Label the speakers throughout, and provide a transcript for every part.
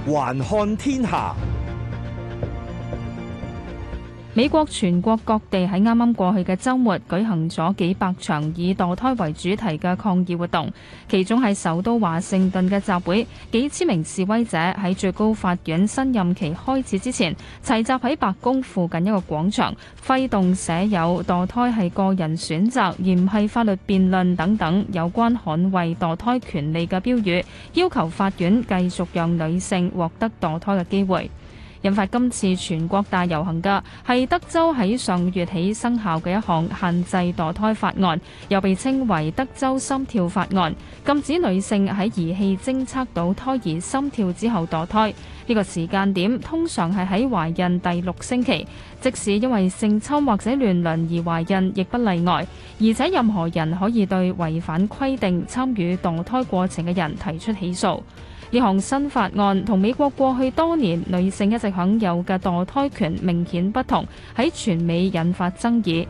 Speaker 1: 環看天下。
Speaker 2: 美國全國各地喺啱啱過去嘅週末舉行咗幾百場以墮胎為主題嘅抗議活動，其中喺首都華盛頓嘅集會，幾千名示威者喺最高法院新任期開始之前，齊集喺白宮附近一個廣場，揮動寫有墮胎係個人選擇而唔係法律辯論等等有關捍衛墮胎權利嘅標語，要求法院繼續讓女性獲得墮胎嘅機會。引發今次全國大遊行嘅係德州喺上個月起生效嘅一項限制墮胎法案，又被稱為德州心跳法案，禁止女性喺儀器偵測到胎兒心跳之後墮胎。呢個時間點通常係喺懷孕第6星期，即使因為性侵或者亂倫而懷孕亦不例外，而且任何人可以對違反規定參與墮胎過程嘅人提出起訴。呢項新法案同美國過去多年女性一直享有嘅墮胎權明顯不同，喺全美引發爭議。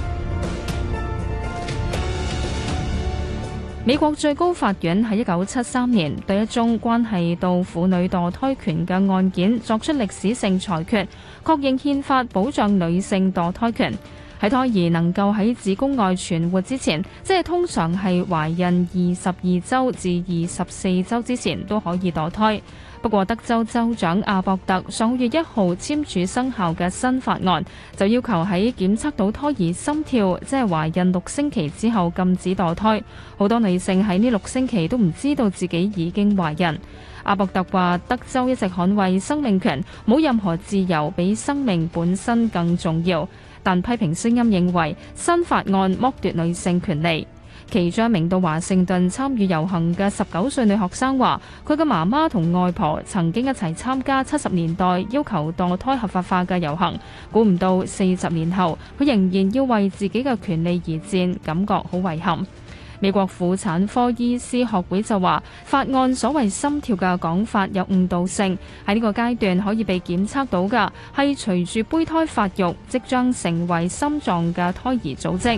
Speaker 2: 美國最高法院喺1973年對一宗關係到婦女墮胎權嘅案件作出歷史性裁決，確認憲法保障女性墮胎權。喺胎兒能夠喺子宮外存活之前，即係通常係懷孕22週至24週之前都可以墮胎。不過德州州長阿博特上個月1號簽署生效嘅新法案，就要求喺檢測到胎兒心跳，即係懷孕6星期之後禁止墮胎。好多女性喺呢6星期都唔知道自己已經懷孕。阿博特話：德州一直捍衛生命權，冇任何自由比生命本身更重要。但批評聲音認為新法案剝奪女性權利。其中一名到華盛頓參與遊行嘅19歲女學生話：佢嘅媽媽同外婆曾經一齊參加70年代要求墮胎合法化嘅遊行，估唔到40年後佢仍然要為自己嘅權利而戰，感覺好遺憾。美國婦產科醫師學會就話，法案所謂心跳嘅講法有誤導性，喺呢個階段可以被檢測到嘅係隨住胚胎發育即將成為心臟嘅胎兒組織。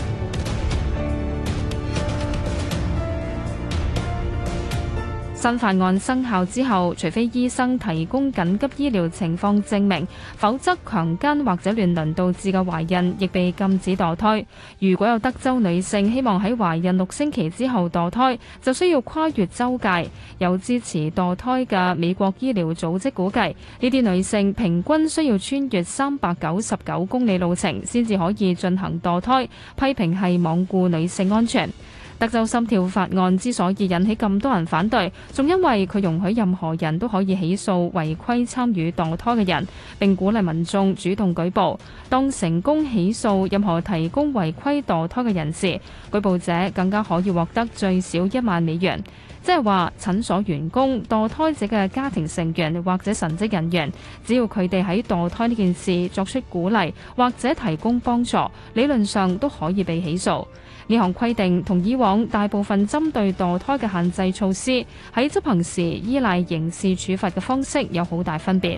Speaker 2: 新法案生效之後，除非醫生提供緊急醫療情況證明，否則強姦或者亂倫導致嘅懷孕亦被禁止墮胎。如果有德州女性希望喺懷孕6星期之後墮胎，就需要跨越州界。有支持墮胎嘅美國醫療組織估計，呢啲女性平均需要穿越399公里路程先至可以進行墮胎，批評係罔顧女性安全。德州心跳法案之所以引起咁多人反對，仲因為佢容許任何人都可以起訴違規參與墮胎嘅人，並鼓勵民眾主動舉報。當成功起訴任何提供違規墮胎嘅人士，舉報者更加可以獲得最少1萬美元。即係話，診所員工、墮胎者嘅家庭成員或者神職人員，只要佢哋喺墮胎呢件事作出鼓勵或者提供幫助，理論上都可以被起訴。呢項規定同以往大部分針對墮胎嘅限制措施，喺執行時依賴刑事處罰嘅方式有好大分別。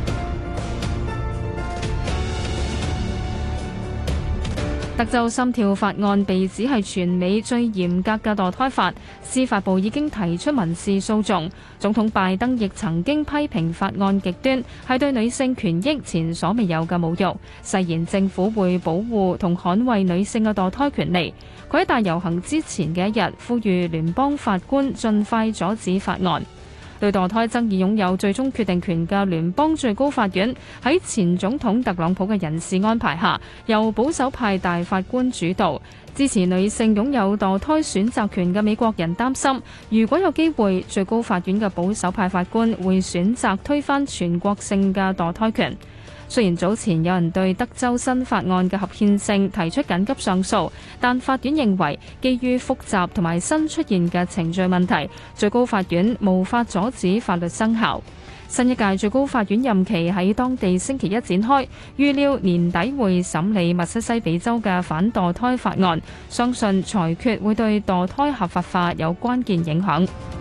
Speaker 2: 德州心跳法案被指係全美最嚴格嘅墮胎法，司法部已經提出民事訴訟。總統拜登亦曾經批評法案極端，係對女性權益前所未有嘅侮辱，誓言政府會保護同捍衛女性嘅墮胎權利。佢喺大遊行之前嘅一日，呼籲聯邦法官盡快阻止法案。對墮胎爭議擁有最終決定權嘅聯邦最高法院，喺前總統特朗普嘅人事安排下，由保守派大法官主導。支持女性擁有墮胎選擇權嘅美國人擔心，如果有機會，最高法院嘅保守派法官會選擇推翻全國性嘅墮胎權。雖然早前有人對德州新法案嘅合憲性提出緊急上訴，但法院認為基於複雜同埋新出現嘅程序問題，最高法院無法阻止法律生效。新一屆最高法院任期喺當地星期一展開，預料年底會審理密西西比州嘅反墮胎法案，相信裁決會對墮胎合法化有關鍵影響。